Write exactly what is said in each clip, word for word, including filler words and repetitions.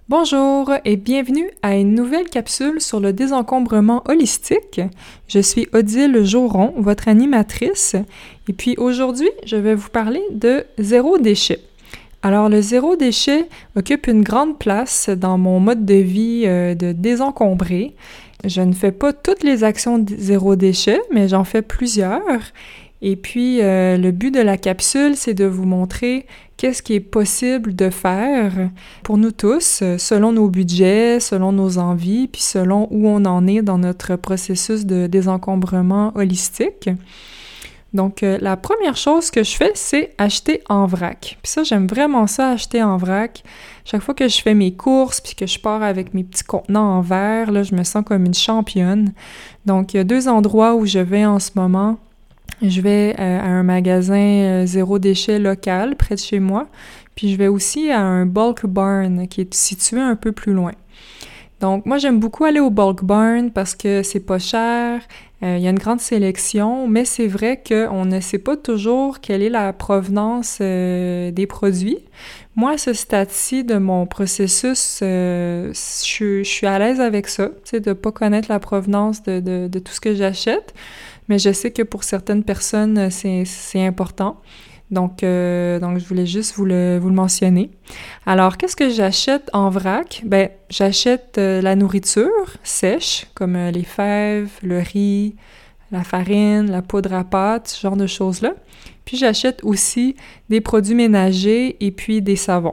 Bonjour et bienvenue à une nouvelle capsule sur le désencombrement holistique. Je suis Odile Joron, votre animatrice, et puis aujourd'hui, je vais vous parler de zéro déchet. Alors, le zéro déchet occupe une grande place dans mon mode de vie euh, de désencombrer. Je ne fais pas toutes les actions de zéro déchet, mais j'en fais plusieurs. Et puis, euh, le but de la capsule, c'est de vous montrer qu'est-ce qui est possible de faire pour nous tous, selon nos budgets, selon nos envies, puis selon où on en est dans notre processus de désencombrement holistique. Donc, euh, la première chose que je fais, c'est acheter en vrac. Puis ça, j'aime vraiment ça, acheter en vrac. Chaque fois que je fais mes courses, puis que je pars avec mes petits contenants en verre, là, je me sens comme une championne. Donc, il y a deux endroits où je vais en ce moment. Je vais euh, à un magasin euh, zéro déchet local près de chez moi, puis je vais aussi à un bulk barn qui est situé un peu plus loin. Donc moi j'aime beaucoup aller au bulk barn parce que c'est pas cher, euh, il y a une grande sélection, mais c'est vrai qu'on ne sait pas toujours quelle est la provenance euh, des produits. Moi, à ce stade-ci de mon processus, euh, je, je suis à l'aise avec ça, tu sais, de pas connaître la provenance de, de, de tout ce que j'achète. Mais je sais que pour certaines personnes, c'est, c'est important. Donc, euh, donc, je voulais juste vous le, vous le mentionner. Alors, qu'est-ce que j'achète en vrac? Ben, j'achète euh, la nourriture sèche, comme euh, les fèves, le riz, la farine, la poudre à pâte, ce genre de choses-là. Puis, j'achète aussi des produits ménagers et puis des savons.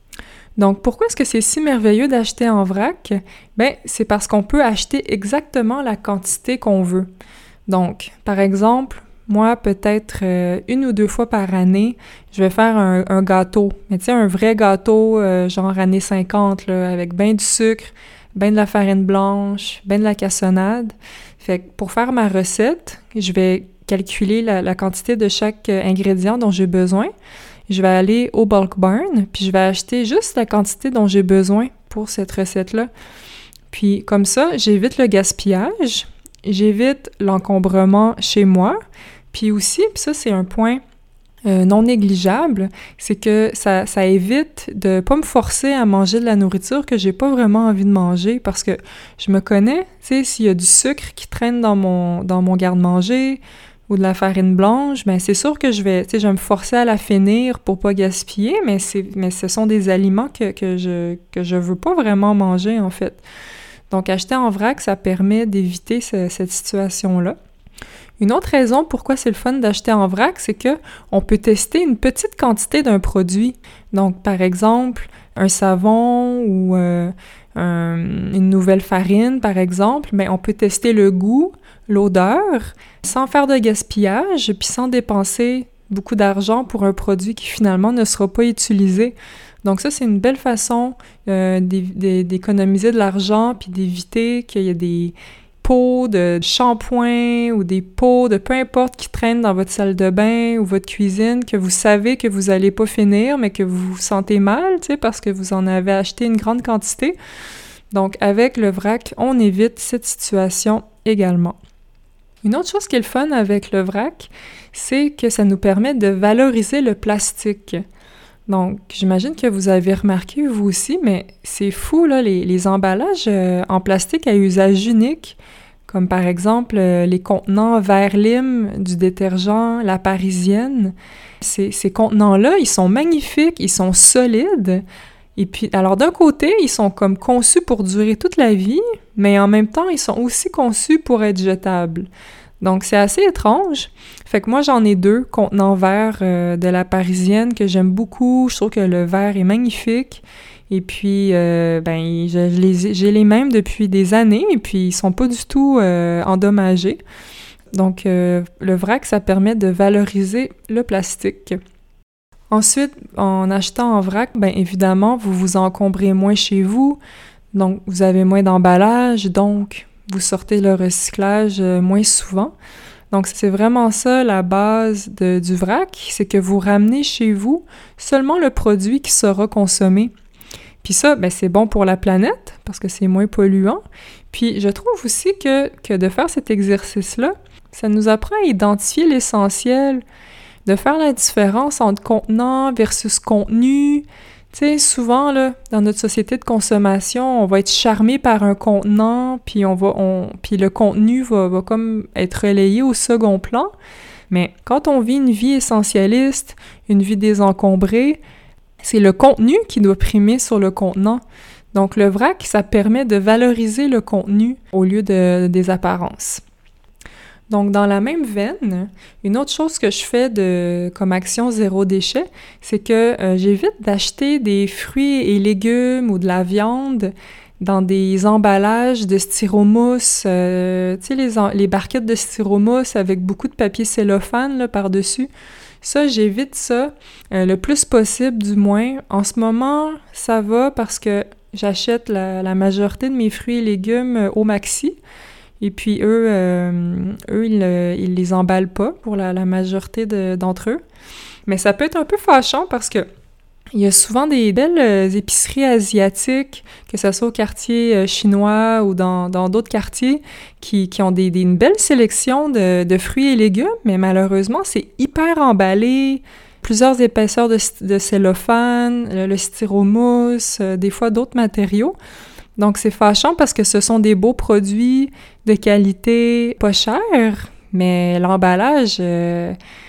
Donc, pourquoi est-ce que c'est si merveilleux d'acheter en vrac? Ben, c'est parce qu'on peut acheter exactement la quantité qu'on veut. Donc, par exemple, moi, peut-être euh, une ou deux fois par année, je vais faire un, un gâteau. Mais tu sais, un vrai gâteau, euh, genre années cinquante, là, avec ben du sucre, ben de la farine blanche, ben de la cassonade. Fait que pour faire ma recette, je vais calculer la, la quantité de chaque euh, ingrédient dont j'ai besoin. Je vais aller au bulk barn, puis je vais acheter juste la quantité dont j'ai besoin pour cette recette-là. Puis comme ça, j'évite le gaspillage. J'évite l'encombrement chez moi, puis aussi, puis ça c'est un point euh, non négligeable, c'est que ça, ça évite de pas me forcer à manger de la nourriture que j'ai pas vraiment envie de manger, parce que je me connais, tu sais, s'il y a du sucre qui traîne dans mon, dans mon garde-manger, ou de la farine blanche, ben c'est sûr que je vais, tu sais, je vais me forcer à la finir pour pas gaspiller, mais c'est, mais ce sont des aliments que, que je, que je veux pas vraiment manger, en fait. Donc, acheter en vrac, ça permet d'éviter ce, cette situation-là. Une autre raison pourquoi c'est le fun d'acheter en vrac, c'est que on peut tester une petite quantité d'un produit. Donc, par exemple, un savon ou euh, un, une nouvelle farine, par exemple, mais on peut tester le goût, l'odeur, sans faire de gaspillage, puis sans dépenser beaucoup d'argent pour un produit qui finalement ne sera pas utilisé. Donc ça, c'est une belle façon euh, d'économiser de l'argent puis d'éviter qu'il y ait des pots de shampoing ou des pots de peu importe qui traînent dans votre salle de bain ou votre cuisine que vous savez que vous allez pas finir, mais que vous vous sentez mal, tu sais, parce que vous en avez acheté une grande quantité. Donc avec le vrac, on évite cette situation également. Une autre chose qui est le fun avec le vrac, c'est que ça nous permet de valoriser le plastique. Donc, j'imagine que vous avez remarqué, vous aussi, mais c'est fou, là, les, les emballages euh, en plastique à usage unique, comme par exemple euh, les contenants verre lime du détergent La Parisienne. Ces, ces contenants-là, ils sont magnifiques, ils sont solides. Et puis, alors d'un côté, ils sont comme conçus pour durer toute la vie, mais en même temps, ils sont aussi conçus pour être jetables. Donc, c'est assez étrange. Fait que moi, j'en ai deux contenants verre euh, de La Parisienne que j'aime beaucoup. Je trouve que le verre est magnifique. Et puis, euh, ben, je, je les, j'ai les mêmes depuis des années et puis ils sont pas du tout euh, endommagés. Donc, euh, le vrac, ça permet de valoriser le plastique. Ensuite, en achetant en vrac, bien évidemment, vous vous encombrez moins chez vous, donc vous avez moins d'emballage, donc vous sortez le recyclage moins souvent. Donc, c'est vraiment ça la base de, du vrac, c'est que vous ramenez chez vous seulement le produit qui sera consommé. Puis ça, ben c'est bon pour la planète, parce que c'est moins polluant. Puis je trouve aussi que, que de faire cet exercice-là, ça nous apprend à identifier l'essentiel, de faire la différence entre contenant versus contenu. Tu Tu sais, souvent, là, dans notre société de consommation, on va être charmé par un contenant, puis on va, on, puis le contenu va, va comme être relayé au second plan. Mais quand on vit une vie essentialiste, une vie désencombrée, c'est le contenu qui doit primer sur le contenant. Donc, le vrac, ça permet de valoriser le contenu au lieu de, des apparences. Donc, dans la même veine, une autre chose que je fais de, comme action zéro déchet, c'est que euh, j'évite d'acheter des fruits et légumes ou de la viande dans des emballages de styromousse, euh, tu sais, les, les barquettes de styromousse avec beaucoup de papier cellophane là, par-dessus. Ça, j'évite ça euh, le plus possible, du moins. En ce moment, ça va parce que j'achète la, la majorité de mes fruits et légumes euh, au Maxi. Et puis eux, euh, eux ils, euh, ils les emballent pas pour la, la majorité de, d'entre eux. Mais ça peut être un peu fâchant parce que il y a souvent des belles euh, épiceries asiatiques, que ce soit au quartier euh, chinois ou dans, dans d'autres quartiers, qui, qui ont des, des, une belle sélection de, de fruits et légumes, mais malheureusement, c'est hyper emballé, plusieurs épaisseurs de, de cellophane, le, le styromousse, euh, des fois d'autres matériaux. Donc, c'est fâchant parce que ce sont des beaux produits de qualité pas chers, mais l'emballage, euh,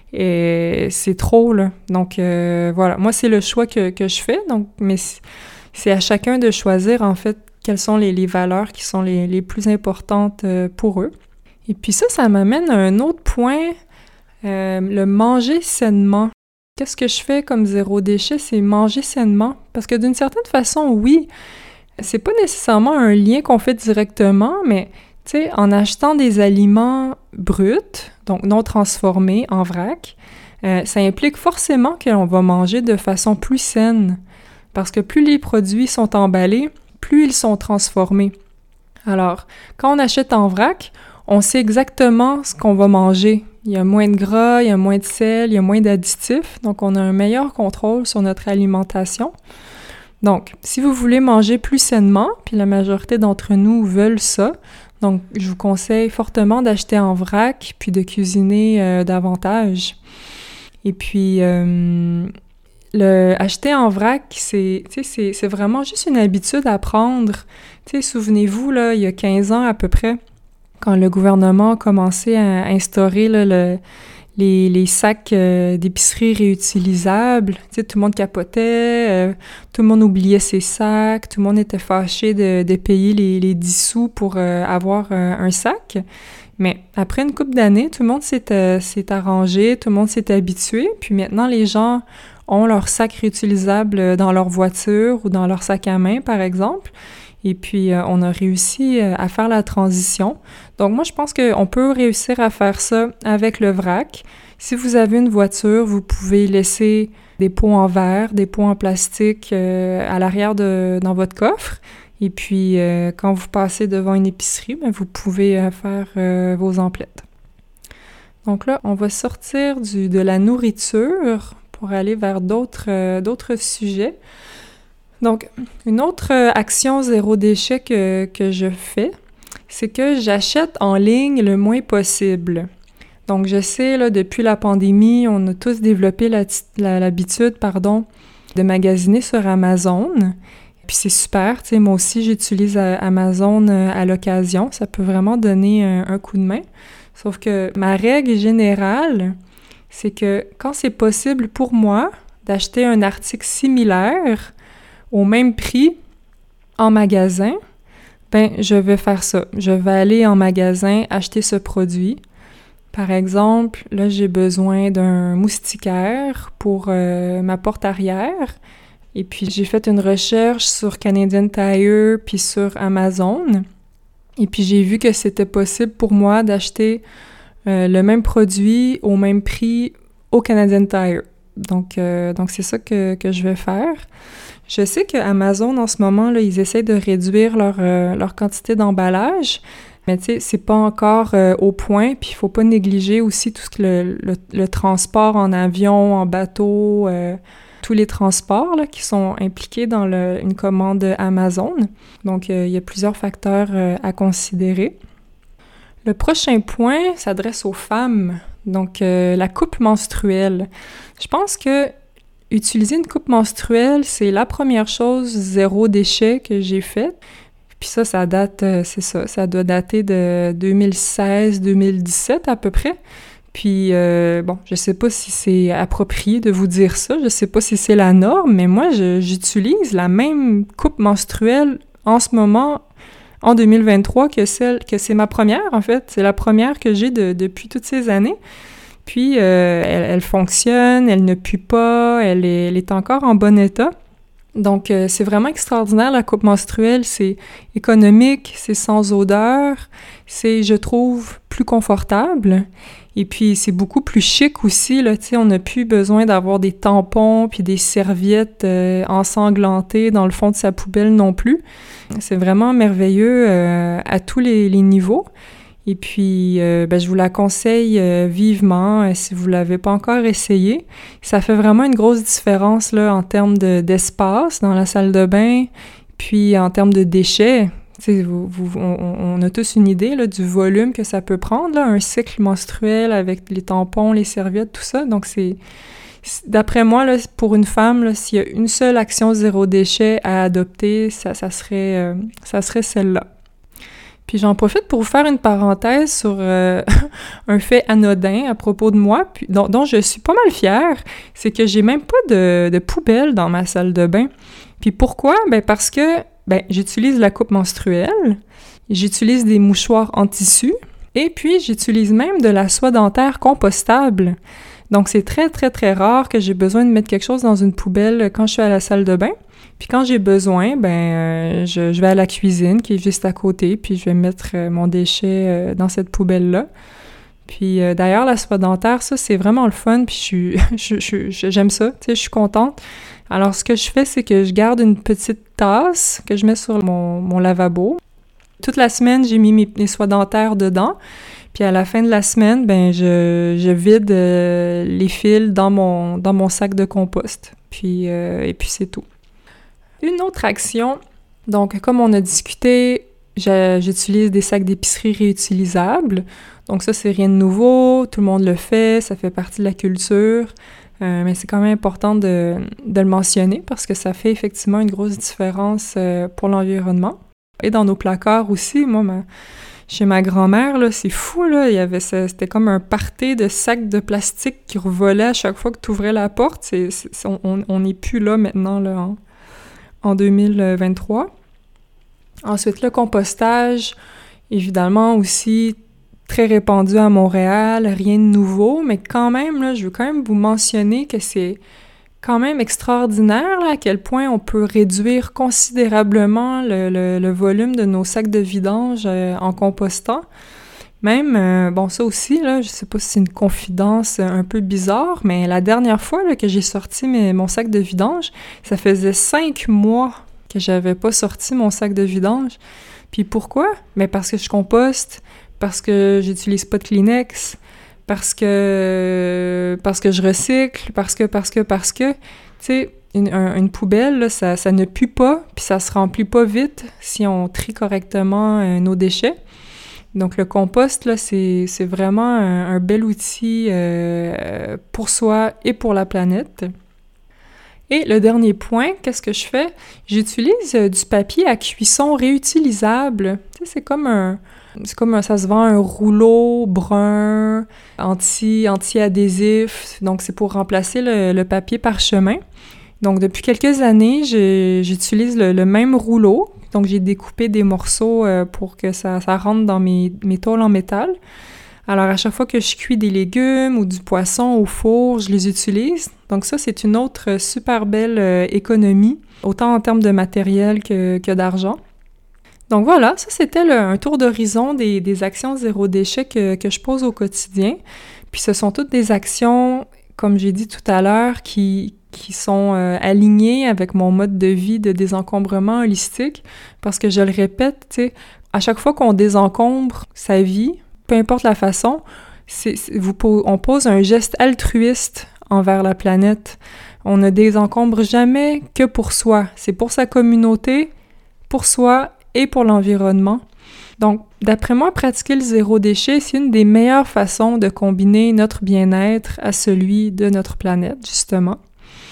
est, c'est trop, là. Donc, euh, voilà. Moi, c'est le choix que, que je fais. Donc, mais c'est à chacun de choisir, en fait, quelles sont les, les valeurs qui sont les, les plus importantes euh, pour eux. Et puis ça, ça m'amène à un autre point, euh, le manger sainement. Qu'est-ce que je fais comme zéro déchet? C'est manger sainement. Parce que d'une certaine façon, oui, c'est pas nécessairement un lien qu'on fait directement, mais tu sais, en achetant des aliments bruts, donc non transformés en vrac, euh, ça implique forcément qu'on va manger de façon plus saine. Parce que plus les produits sont emballés, plus ils sont transformés. Alors, quand on achète en vrac, on sait exactement ce qu'on va manger. Il y a moins de gras, il y a moins de sel, il y a moins d'additifs, donc on a un meilleur contrôle sur notre alimentation. Donc, si vous voulez manger plus sainement, puis la majorité d'entre nous veulent ça, donc je vous conseille fortement d'acheter en vrac, puis de cuisiner euh, davantage. Et puis, euh, le acheter en vrac, c'est, tu sais, c'est, c'est vraiment juste une habitude à prendre. Tu sais, souvenez-vous, là, il y a quinze ans à peu près, quand le gouvernement a commencé à instaurer là, le... Les, les sacs euh, d'épicerie réutilisables, tu sais, tout le monde capotait, euh, tout le monde oubliait ses sacs, tout le monde était fâché de, de payer les, les dix sous pour euh, avoir euh, un sac. Mais après une couple d'années, tout le monde s'est, euh, s'est arrangé, tout le monde s'est habitué, puis maintenant les gens ont leur sac réutilisable dans leur voiture ou dans leur sac à main, par exemple. Et puis, euh, on a réussi euh, à faire la transition. Donc, moi, je pense qu'on peut réussir à faire ça avec le vrac. Si vous avez une voiture, vous pouvez laisser des pots en verre, des pots en plastique euh, à l'arrière de dans votre coffre. Et puis, euh, quand vous passez devant une épicerie, bien, vous pouvez euh, faire euh, vos emplettes. Donc là, on va sortir du, de la nourriture pour aller vers d'autres, euh, d'autres sujets. Donc, une autre action zéro déchet que, que je fais, c'est que j'achète en ligne le moins possible. Donc, je sais, là, depuis la pandémie, on a tous développé la, la, l'habitude, pardon, de magasiner sur Amazon. Puis c'est super, tu sais, moi aussi, j'utilise Amazon à l'occasion. Ça peut vraiment donner un, un coup de main. Sauf que ma règle générale, c'est que quand c'est possible pour moi d'acheter un article similaire au même prix en magasin, ben je vais faire ça. Je vais aller en magasin acheter ce produit. Par exemple, là, j'ai besoin d'un moustiquaire pour euh, ma porte arrière. Et puis, j'ai fait une recherche sur Canadian Tire puis sur Amazon. Et puis, j'ai vu que c'était possible pour moi d'acheter euh, le même produit au même prix au Canadian Tire. Donc, euh, donc c'est ça que, que je vais faire. Je sais qu'Amazon, en ce moment, là, ils essaient de réduire leur, euh, leur quantité d'emballage, mais tu sais, c'est pas encore euh, au point, puis il faut pas négliger aussi tout ce que le, le, le transport en avion, en bateau, euh, tous les transports là, qui sont impliqués dans le, une commande Amazon. Donc, euh, il y a plusieurs facteurs euh, à considérer. Le prochain point s'adresse aux femmes, donc euh, la coupe menstruelle. Je pense que utiliser une coupe menstruelle, c'est la première chose zéro déchet que j'ai faite. Puis ça, ça date, euh, c'est ça, ça doit dater de deux mille seize deux mille dix-sept à peu près. Puis, euh, bon, je sais pas si c'est approprié de vous dire ça, je sais pas si c'est la norme, mais moi, je, j'utilise la même coupe menstruelle en ce moment, en deux mille vingt-trois, que celle, que c'est ma première, en fait. C'est la première que j'ai de, depuis toutes ces années. Puis, euh, elle, elle fonctionne, elle ne pue pas, elle est, elle est encore en bon état. Donc, euh, c'est vraiment extraordinaire, la coupe menstruelle. C'est économique, c'est sans odeur, c'est, je trouve, plus confortable. Et puis, c'est beaucoup plus chic aussi, là, tu sais, on n'a plus besoin d'avoir des tampons puis des serviettes euh, ensanglantées dans le fond de sa poubelle non plus. C'est vraiment merveilleux euh, à tous les, les niveaux. Et puis, euh, ben, je vous la conseille euh, vivement euh, si vous ne l'avez pas encore essayé. Ça fait vraiment une grosse différence là, en termes de, d'espace dans la salle de bain, puis en termes de déchets. Vous, vous, on, on a tous une idée là, du volume que ça peut prendre, là, un cycle menstruel avec les tampons, les serviettes, tout ça. Donc, c'est, d'après moi, là, pour une femme, là, s'il y a une seule action zéro déchet à adopter, ça, ça, serait, euh, ça serait celle-là. Puis j'en profite pour vous faire une parenthèse sur euh, un fait anodin à propos de moi, puis, dont, dont je suis pas mal fière, c'est que j'ai même pas de, de poubelle dans ma salle de bain. Puis pourquoi? Ben parce que ben j'utilise la coupe menstruelle, j'utilise des mouchoirs en tissu, et puis j'utilise même de la soie dentaire compostable. Donc c'est très très très rare que j'ai besoin de mettre quelque chose dans une poubelle quand je suis à la salle de bain. Puis quand j'ai besoin, ben euh, je, je vais à la cuisine qui est juste à côté, puis je vais mettre euh, mon déchet euh, dans cette poubelle-là. Puis euh, d'ailleurs, la soie dentaire, ça, c'est vraiment le fun, puis je suis, je, je, je, j'aime ça, tu sais, je suis contente. Alors, ce que je fais, c'est que je garde une petite tasse que je mets sur mon, mon lavabo. Toute la semaine, j'ai mis mes, mes soies dentaires dedans. Puis à la fin de la semaine, ben je, je vide euh, les fils dans mon, dans mon sac de compost. Puis, euh, et puis c'est tout. Une autre action, donc comme on a discuté, j'utilise des sacs d'épicerie réutilisables. Donc ça, c'est rien de nouveau, tout le monde le fait, ça fait partie de la culture. Euh, mais c'est quand même important de, de le mentionner parce que ça fait effectivement une grosse différence euh, pour l'environnement. Et dans nos placards aussi, moi, ma, chez ma grand-mère, là, c'est fou, là, il y avait ça, c'était comme un party de sacs de plastique qui revolaient à chaque fois que tu ouvrais la porte. C'est, c'est, on n'est plus là maintenant, là, en, en deux mille vingt-trois. Ensuite, le compostage, évidemment aussi très répandu à Montréal, rien de nouveau, mais quand même, là, je veux quand même vous mentionner que c'est quand même extraordinaire là, à quel point on peut réduire considérablement le, le, le volume de nos sacs de vidange euh, en compostant. Même, euh, bon, ça aussi, là, je sais pas si c'est une confidence un peu bizarre, mais la dernière fois là, que j'ai sorti mes, mon sac de vidange, ça faisait cinq mois que j'avais pas sorti mon sac de vidange. Puis pourquoi? Ben parce que je composte, parce que j'utilise pas de Kleenex, parce que parce que je recycle, parce que, parce que, parce que, tu sais, une, un, une poubelle, là, ça, ça ne pue pas, puis ça se remplit pas vite si on trie correctement euh, nos déchets. Donc le compost, là, c'est, c'est vraiment un, un bel outil euh, pour soi et pour la planète. Et le dernier point, qu'est-ce que je fais? J'utilise euh, du papier à cuisson réutilisable. Tu sais, c'est comme un... C'est comme un, ça se vend un rouleau brun, anti, anti-adhésif. Donc, c'est pour remplacer le, le papier parchemin. Donc, depuis quelques années, j'ai, j'utilise le, le même rouleau. Donc, j'ai découpé des morceaux euh, pour que ça, ça rentre dans mes, mes tôles en métal. Alors, à chaque fois que je cuis des légumes ou du poisson au four, je les utilise. Donc ça, c'est une autre super belle euh, économie, autant en termes de matériel que, que d'argent. Donc voilà, ça c'était le, un tour d'horizon des, des actions zéro déchet que, que je pose au quotidien. Puis ce sont toutes des actions, comme j'ai dit tout à l'heure, qui, qui sont euh, alignées avec mon mode de vie de désencombrement holistique. Parce que je le répète, tu sais, à chaque fois qu'on désencombre sa vie, peu importe la façon, c'est, c'est, vous, on pose un geste altruiste envers la planète. On ne désencombre jamais que pour soi. C'est pour sa communauté, pour soi et pour l'environnement. Donc, d'après moi, pratiquer le zéro déchet, c'est une des meilleures façons de combiner notre bien-être à celui de notre planète, justement.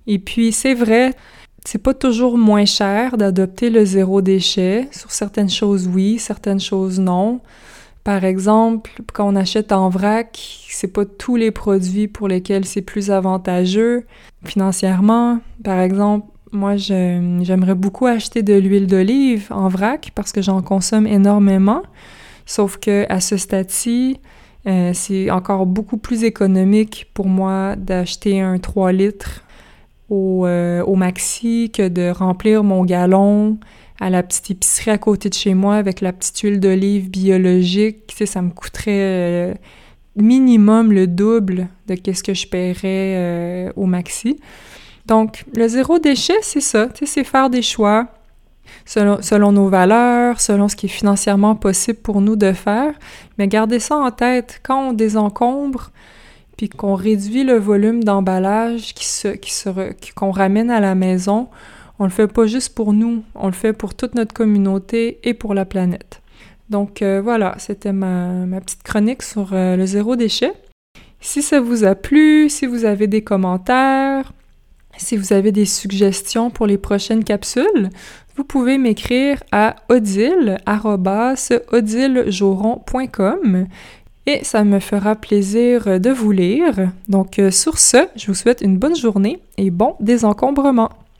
Et puis, c'est vrai, c'est pas toujours moins cher d'adopter le zéro déchet. Sur certaines choses, oui, certaines choses, non. Par exemple, quand on achète en vrac, c'est pas tous les produits pour lesquels c'est plus avantageux financièrement. Par exemple, moi, je, j'aimerais beaucoup acheter de l'huile d'olive en vrac parce que j'en consomme énormément. Sauf que à ce stade-ci, euh, c'est encore beaucoup plus économique pour moi d'acheter un trois litres au, euh, au maxi que de remplir mon gallon à la petite épicerie à côté de chez moi avec la petite huile d'olive biologique. Tu sais, ça me coûterait euh, minimum le double de ce que je paierais euh, au maxi. Donc, le zéro déchet, c'est ça. Tu sais, c'est faire des choix selon, selon nos valeurs, selon ce qui est financièrement possible pour nous de faire. Mais gardez ça en tête. Quand on désencombre, puis qu'on réduit le volume d'emballage qui se, qui se, qu'on ramène à la maison, on le fait pas juste pour nous, on le fait pour toute notre communauté et pour la planète. Donc euh, voilà, c'était ma, ma petite chronique sur euh, le zéro déchet. Si ça vous a plu, si vous avez des commentaires, si vous avez des suggestions pour les prochaines capsules, vous pouvez m'écrire à odile arobase odilejoron point com et ça me fera plaisir de vous lire. Donc euh, sur ce, je vous souhaite une bonne journée et bon désencombrement!